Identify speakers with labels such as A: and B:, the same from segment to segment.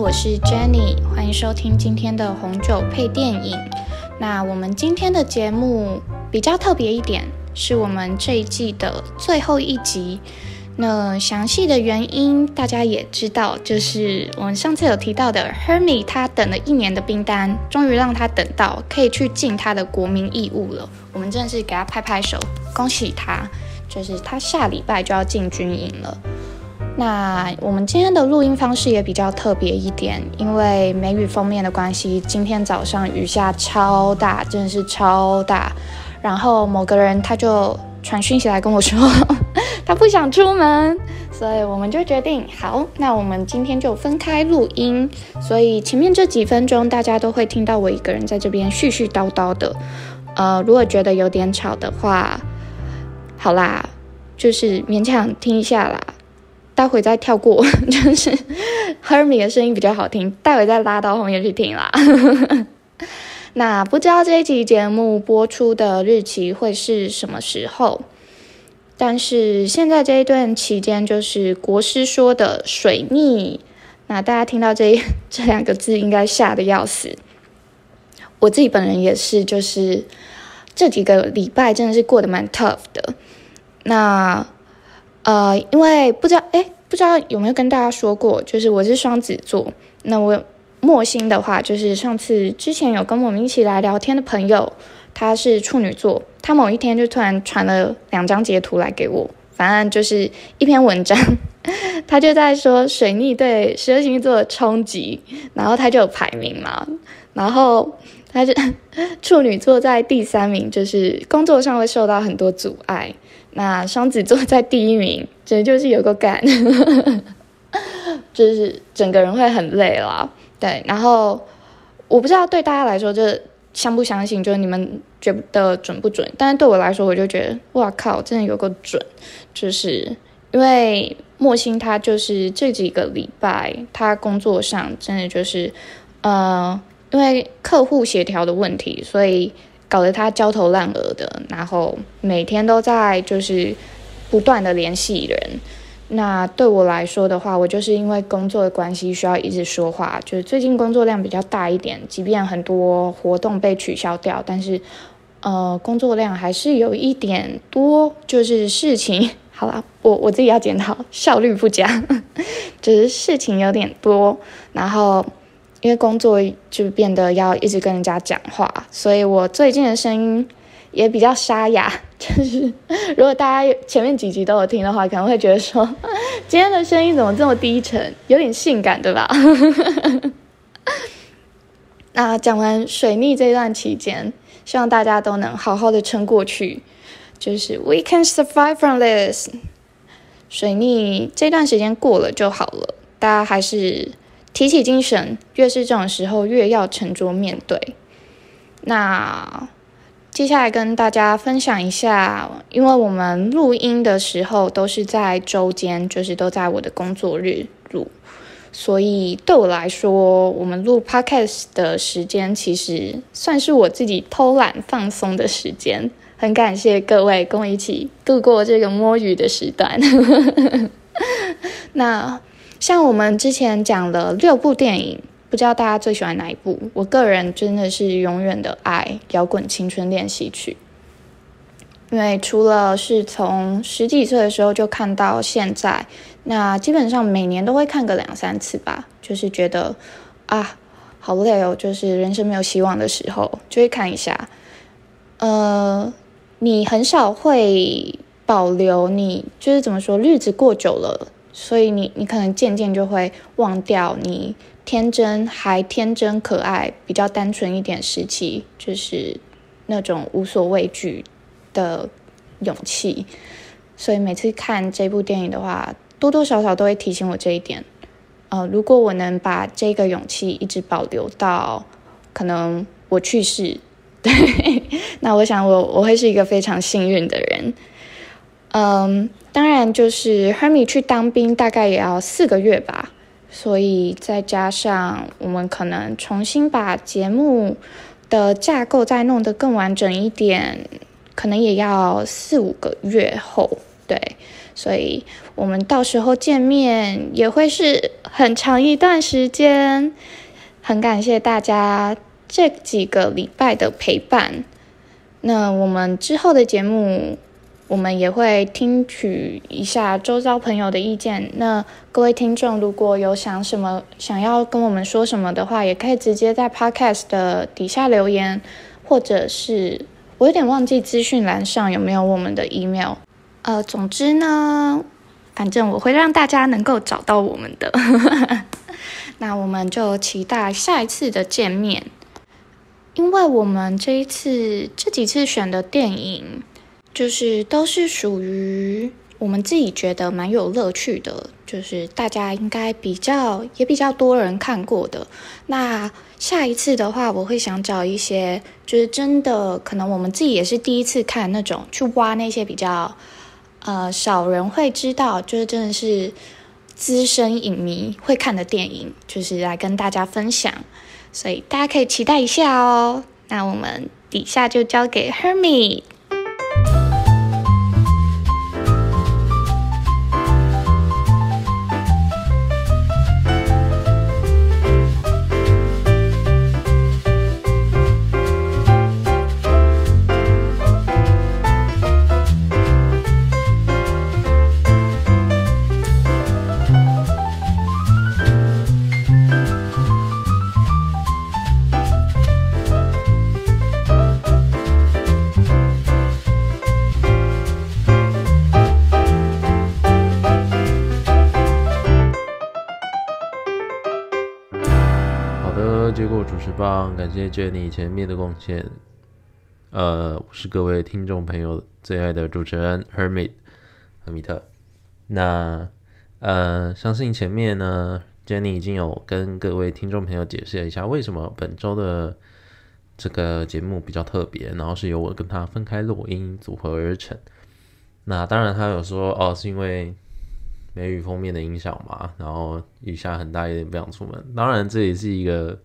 A: 我是 Jenny， 欢迎收听今天的红酒配电影。那我们今天的节目比较特别一点，是我们这一季的最后一集。那详细的原因大家也知道，就是我们上次有提到的 Hermie， 他等了1年的兵单，终于让他等到可以去尽他的国民义务了。我们真的是给他拍拍手，恭喜他，就是他下礼拜就要进军营了。那我们今天的录音方式也比较特别一点，因为梅雨锋面的关系，今天早上雨下超大，真的是超大。然后某个人他就传讯息来跟我说他不想出门，所以我们就决定好，那我们今天就分开录音。所以前面这几分钟大家都会听到我一个人在这边絮絮叨叨的，如果觉得有点吵的话，好啦，就是勉强听一下啦，待会再跳过，就是 Hermie 的声音比较好听，待会再拉到后面去听啦。那不知道这一集节目播出的日期会是什么时候，但是现在这一段期间就是国师说的水逆，那大家听到这2个字应该吓得要死。我自己本人也是，就是这几个礼拜真的是过得蛮 tough 的。那因为不知道有没有跟大家说过，就是我是双子座。那我莫心的话，就是之前有跟我们一起来聊天的朋友，他是处女座，他某一天就突然传了2张截图来给我，反正就是一篇文章，他就在说水逆对12星座的冲击，然后他就有排名嘛，然后他就处女座在第3名，就是工作上会受到很多阻碍。那双子座在第1名，真的就是有个干，就是整个人会很累啦。对，然后我不知道对大家来说这相不相信，就是你们觉得准不准？但是对我来说，我就觉得哇靠，真的有个准，就是因为莫心他就是这几个礼拜他工作上真的就是因为客户协调的问题，所以搞得他焦头烂额的，然后每天都在就是不断的联系人。那对我来说的话，我就是因为工作的关系需要一直说话，就是最近工作量比较大一点，即便很多活动被取消掉，但是工作量还是有一点多，就是事情好啦，我自己要检讨效率不佳，就是事情有点多，然后因为工作就变得要一直跟人家讲话，所以我最近的声音也比较沙哑，就是如果大家前面几集都有听的话，可能会觉得说今天的声音怎么这么低沉，有点性感对吧？那讲完水逆这段期间，希望大家都能好好的撑过去，就是 we can survive from this。 水逆这段时间过了就好了，大家还是提起精神，越是这种时候越要沉着面对。那接下来跟大家分享一下，因为我们录音的时候都是在周间，就是都在我的工作日录，所以对我来说，我们录 podcast 的时间其实算是我自己偷懒放松的时间。很感谢各位跟我一起度过这个摸鱼的时段。那像我们之前讲了6部电影，不知道大家最喜欢哪一部？我个人真的是永远的爱摇滚青春练习曲，因为除了是从10几岁的时候就看到现在，那基本上每年都会看个2-3次吧，就是觉得好累哦，就是人生没有希望的时候就会看一下。你很少会保留，你就是怎么说，日子过久了，所以你可能渐渐就会忘掉你天真可爱比较单纯一点时期，就是那种无所畏惧的勇气。所以每次看这部电影的话，多多少少都会提醒我这一点。如果我能把这个勇气一直保留到可能我去世，对，那我想我会是一个非常幸运的人。当然就是 Hermie 去当兵大概也要4个月吧，所以再加上我们可能重新把节目的架构再弄得更完整一点，可能也要4-5个月后，对， 所以我们到时候见面也会是很长一段时间。很感谢大家这几个礼拜的陪伴。那我们之后的节目，我们也会听取一下周遭朋友的意见。那各位听众如果有想要跟我们说什么的话，也可以直接在 Podcast 的底下留言，或者是我有点忘记资讯栏上有没有我们的 email。总之呢，反正我会让大家能够找到我们的。那我们就期待下一次的见面。因为我们这几次选的电影，就是都是属于我们自己觉得蛮有乐趣的，就是大家应该比较多人看过的。那下一次的话，我会想找一些就是真的可能我们自己也是第一次看那种，去挖那些比较少人会知道，就是真的是资深影迷会看的电影，就是来跟大家分享。所以大家可以期待一下哦。那我们底下就交给 Hermit。
B: 结果主持棒，感谢 Jenny 前面的贡献。我是各位听众朋友最爱的主持人 Hermit 赫米特。那相信前面呢 Jenny 已经有跟各位听众朋友解释了一下为什么本周的这个节目比较特别，然后是由我跟他分开录音组合而成。那当然他有说是因为梅雨封面的影响嘛，然后雨下很大，有点不想出门。当然这也是一个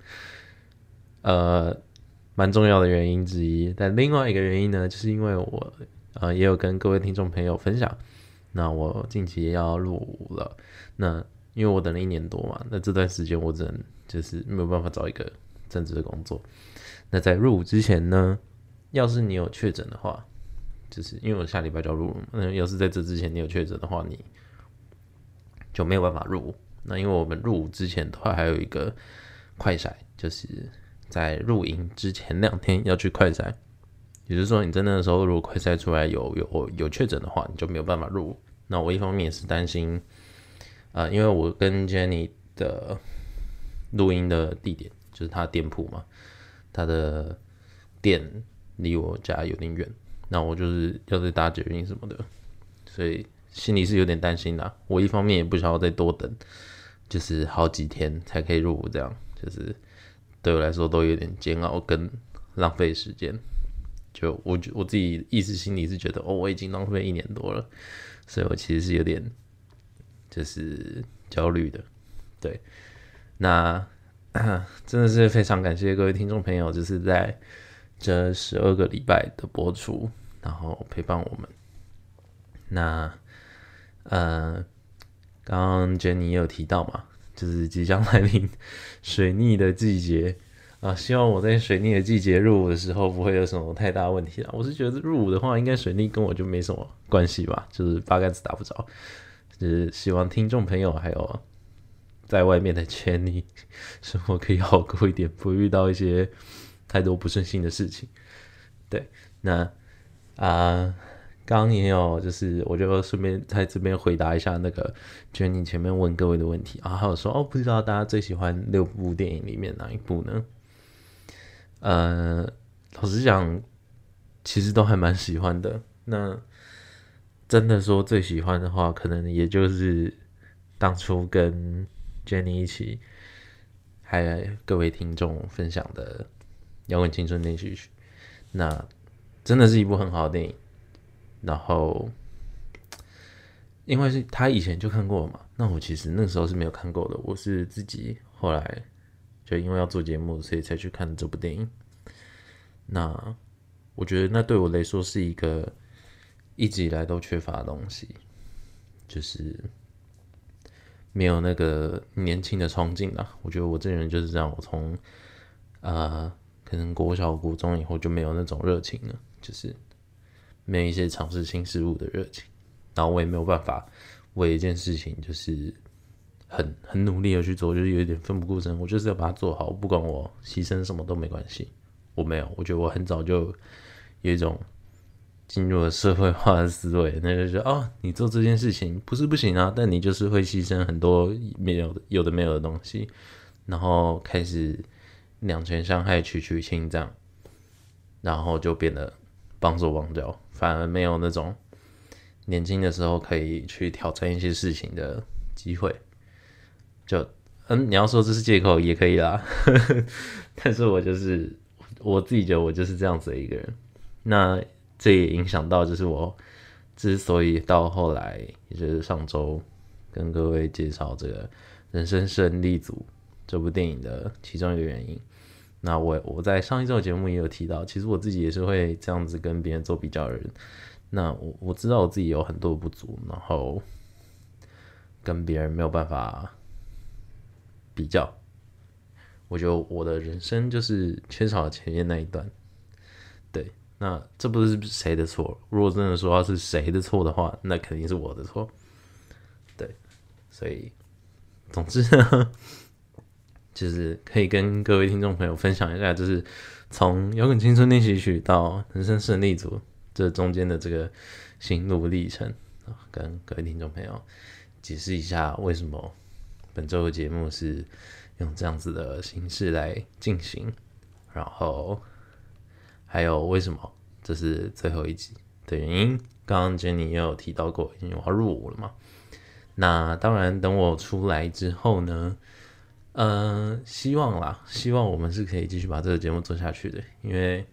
B: 蛮重要的原因之一。但另外一个原因呢，就是因为我也有跟各位听众朋友分享，那我近期也要入伍了。那因为我等了1年多嘛，那这段时间我只能就是没有办法找一个正职的工作。那在入伍之前呢，要是你有确诊的话，就是因为我下礼拜就要入伍，那要是在这之前你有确诊的话，你就没有办法入伍。那因为我们入伍之前的话还有一个快筛，就是在入营之前2天要去快筛，也就是说你在那个时候如果快筛出来有确诊的话，你就没有办法入伍。那我一方面也是担心因为我跟 Jenny 的录音的地点就是她的店铺嘛，她的店离我家有点远，那我就是要再搭捷运什么的，所以心里是有点担心的。我一方面也不想要再多等，就是好几天才可以入伍，这样就是对我来说都有点煎熬跟浪费时间。就我自己意识心里是觉得我已经浪费1年多了，所以我其实是有点就是焦虑的。对，那真的是非常感谢各位听众朋友，就是在这12个礼拜的播出，然后陪伴我们。那刚刚 Jenny 也有提到嘛，就是即将来临水逆的季节希望我在水逆的季节入伍的时候不会有什么太大问题啦。我是觉得入伍的话，应该水逆跟我就没什么关系吧，就是八竿子打不着。就是希望听众朋友还有在外面的 Jenny 生活可以好过一点，不遇到一些太多不顺心的事情。对，那刚刚也有，就是我就顺便在这边回答一下那个 Jenny 前面问各位的问题还有说不知道大家最喜欢6部电影里面哪一部呢？老实讲，其实都还蛮喜欢的。那真的说最喜欢的话，可能也就是当初跟 Jenny 一起，还各位听众分享的《摇滚青春连续曲》，那真的是一部很好的电影。然后，因为是他以前就看过了嘛，那我其实那时候是没有看过的，我是自己后来就因为要做节目，所以才去看这部电影。那我觉得那对我来说是一个一直以来都缺乏的东西， 就是没有那个年轻的冲劲啦。我觉得我这人就是这样，我从可能国小、国中以后就没有那种热情了，就是没有一些尝试新事物的热情，然后我也没有办法为一件事情就是很努力的去做，就是有一点奋不顾身，我就是要把它做好，不管我牺牲什么都没关系。我没有，我觉得我很早就有一种进入了社会化的思维，那就是你做这件事情不是不行啊，但你就是会牺牲很多有的没有的东西，然后开始两权相害取取轻这样，然后就变得绑手绑脚，反而没有那种年轻的时候可以去挑战一些事情的机会。就你要说这是借口也可以啦，但是我自己觉得我就是这样子的一个人。那这也影响到就是我之所以到后来，也就是上周跟各位介绍这个《人生胜利组》这部电影的其中一个原因。那我在上一周的节目也有提到，其实我自己也是会这样子跟别人做比较的人。那我知道我自己有很多不足，然后跟别人没有办法比较。我觉得我的人生就是缺少了前面那一段。对，那这不是谁的错。如果真的说要是谁的错的话，那肯定是我的错。对，所以总之呢，就是可以跟各位听众朋友分享一下，就是从摇滚青春练习曲到人生胜利组这中间的这个心路历程，跟各位听众朋友解释一下为什么本周的节目是用这样子的形式来进行，然后还有为什么这是最后一集的原因。刚刚 Jenny 也有提到过，因为我要入伍了嘛。那当然，等我出来之后呢，希望我们是可以继续把这个节目做下去的。因为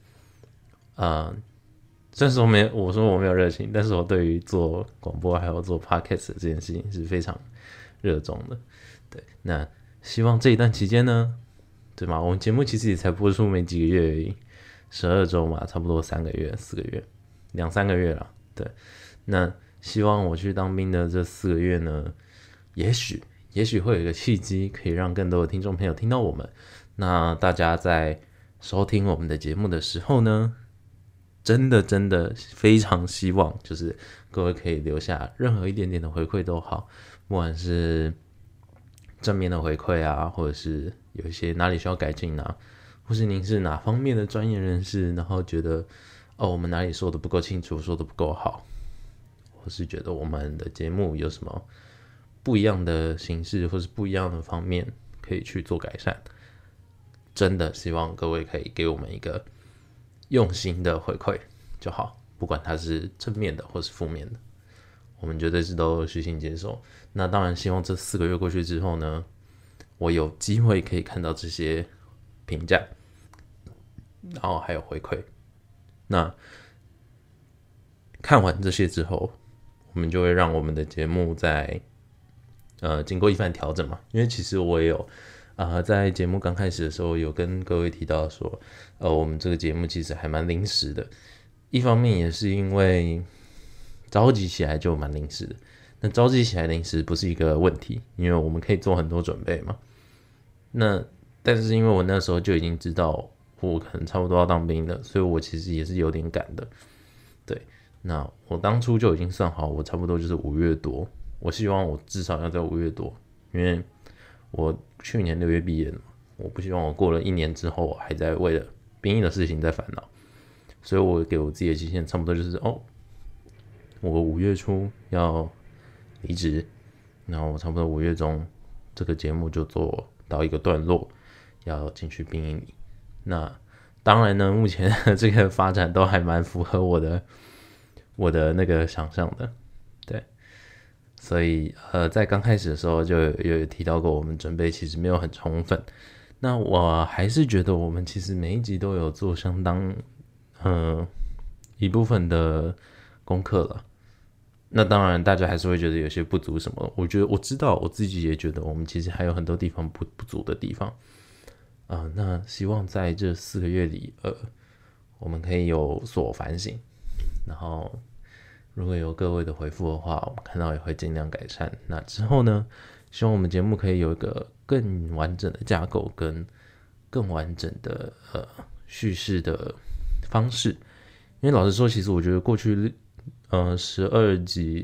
B: 虽然说我说我没有热情，但是我对于做广播还有做 podcast 这件事情是非常热衷的。对，那希望这一段期间呢，对吗？我们节目其实也才播出没几个月而已，12周嘛，差不多3个月、4个月、2-3个月了。对，那希望我去当兵的这4个月呢，也许会有一个契机，可以让更多的听众朋友听到我们。那大家在收听我们的节目的时候呢，真的非常希望，就是各位可以留下任何一点点的回馈都好，不管是正面的回馈啊，或者是有一些哪里需要改进啊，或是您是哪方面的专业人士，然后觉得我们哪里说的不够清楚，说的不够好，或是觉得我们的节目有什么不一样的形式，或是不一样的方面可以去做改善，真的希望各位可以给我们一个用心的回馈就好，不管它是正面的或是负面的，我们绝对是都虚心接受。那当然希望这4个月过去之后呢，我有机会可以看到这些评价，然后还有回馈。那看完这些之后，我们就会让我们的节目在经过一番调整嘛。因为其实我也有在节目刚开始的时候有跟各位提到说，我们这个节目其实还蛮临时的。一方面也是因为召集起来就蛮临时的，那召集起来临时不是一个问题，因为我们可以做很多准备嘛。但是因为我那时候就已经知道我可能差不多要当兵了，所以我其实也是有点赶的。对，那我当初就已经算好，我差不多就是5月多，我希望我至少要在5月多，因为我去年6月毕业的嘛，我不希望我过了1年之后，我还在为了兵役的事情在烦恼，所以我给我自己的期限差不多就是我5月初要离职，然后我差不多5月中这个节目就做到一个段落，要进去兵役里。那当然呢，目前的这个发展都还蛮符合我的那个想象的，对。所以在刚开始的时候就有提到过，我们准备其实没有很充分。那我还是觉得我们其实每一集都有做相当一部分的功课了。那当然大家还是会觉得有些不足什么，我知道我自己也觉得我们其实还有很多地方不足的地方那希望在这4个月里我们可以有所反省，然后如果有各位的回复的话，我们看到也会尽量改善。那之后呢，希望我们节目可以有一个更完整的架构跟更完整的叙事的方式。因为老实说，其实我觉得过去12集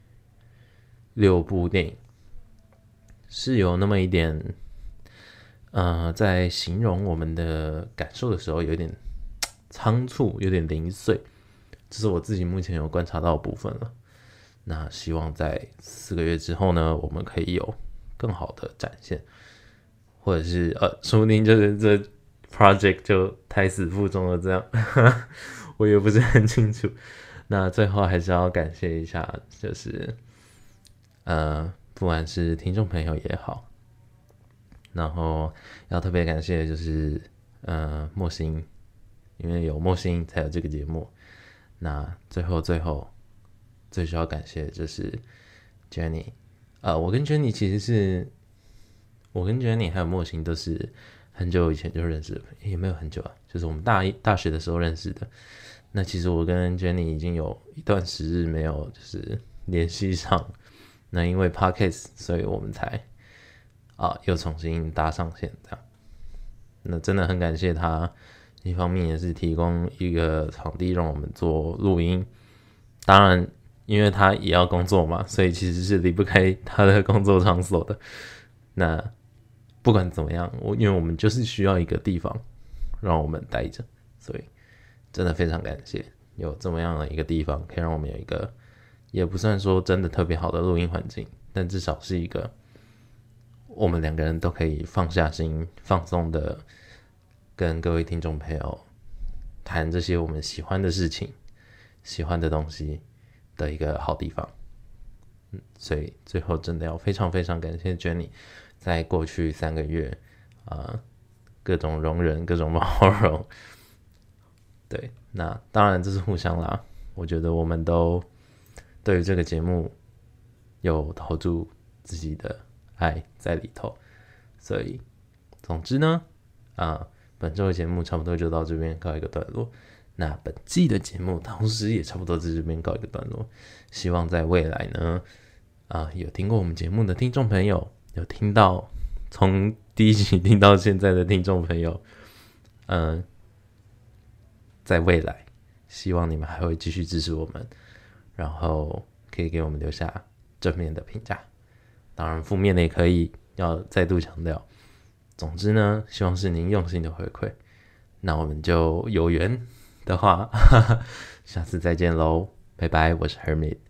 B: 6部电影是有那么一点在形容我们的感受的时候有一点仓促，有点零碎，这是我自己目前有观察到的部分了。那希望在4个月之后呢，我们可以有更好的展现，或者是说不定就是这 project 就胎死腹中了这样我也不是很清楚。那最后还是要感谢一下，就是不管是听众朋友也好，然后要特别感谢的就是莫心，因为有莫心才有这个节目。那最后最需要感谢的就是 Jenny。我跟 Jenny 其实是，我跟 Jenny 还有莫心都是很久以前就认识的，也没有很久啊，就是我们大学的时候认识的。那其实我跟 Jenny 已经有一段时日没有就是联系上，那因为 Podcast 所以我们才又重新搭上线这样。那真的很感谢他，一方面也是提供一个场地让我们做录音，当然因为他也要工作嘛，所以其实是离不开他的工作场所的。那不管怎么样，因为我们就是需要一个地方让我们待着，所以真的非常感谢有这么样的一个地方，可以让我们有一个也不算说真的特别好的录音环境，但至少是一个我们2个人都可以放下心放松的跟各位听众朋友谈这些我们喜欢的事情喜欢的东西的一个好地方。所以最后真的要非常非常感谢 Jenny 在过去3个月各种容忍各种包容。对，那当然这是互相啦，我觉得我们都对于这个节目有投注自己的爱在里头，所以总之呢本周的节目差不多就到这边告一个段落。那本季的节目同时也差不多在这边告一个段落，希望在未来呢有听过我们节目的听众朋友，有听到从第1集听到现在的听众朋友在未来希望你们还会继续支持我们，然后可以给我们留下正面的评价，当然负面的也可以，要再度强调。总之呢，希望是您用心的回馈。那我们就有缘的话下次再见咯，拜拜，我是 Hermit。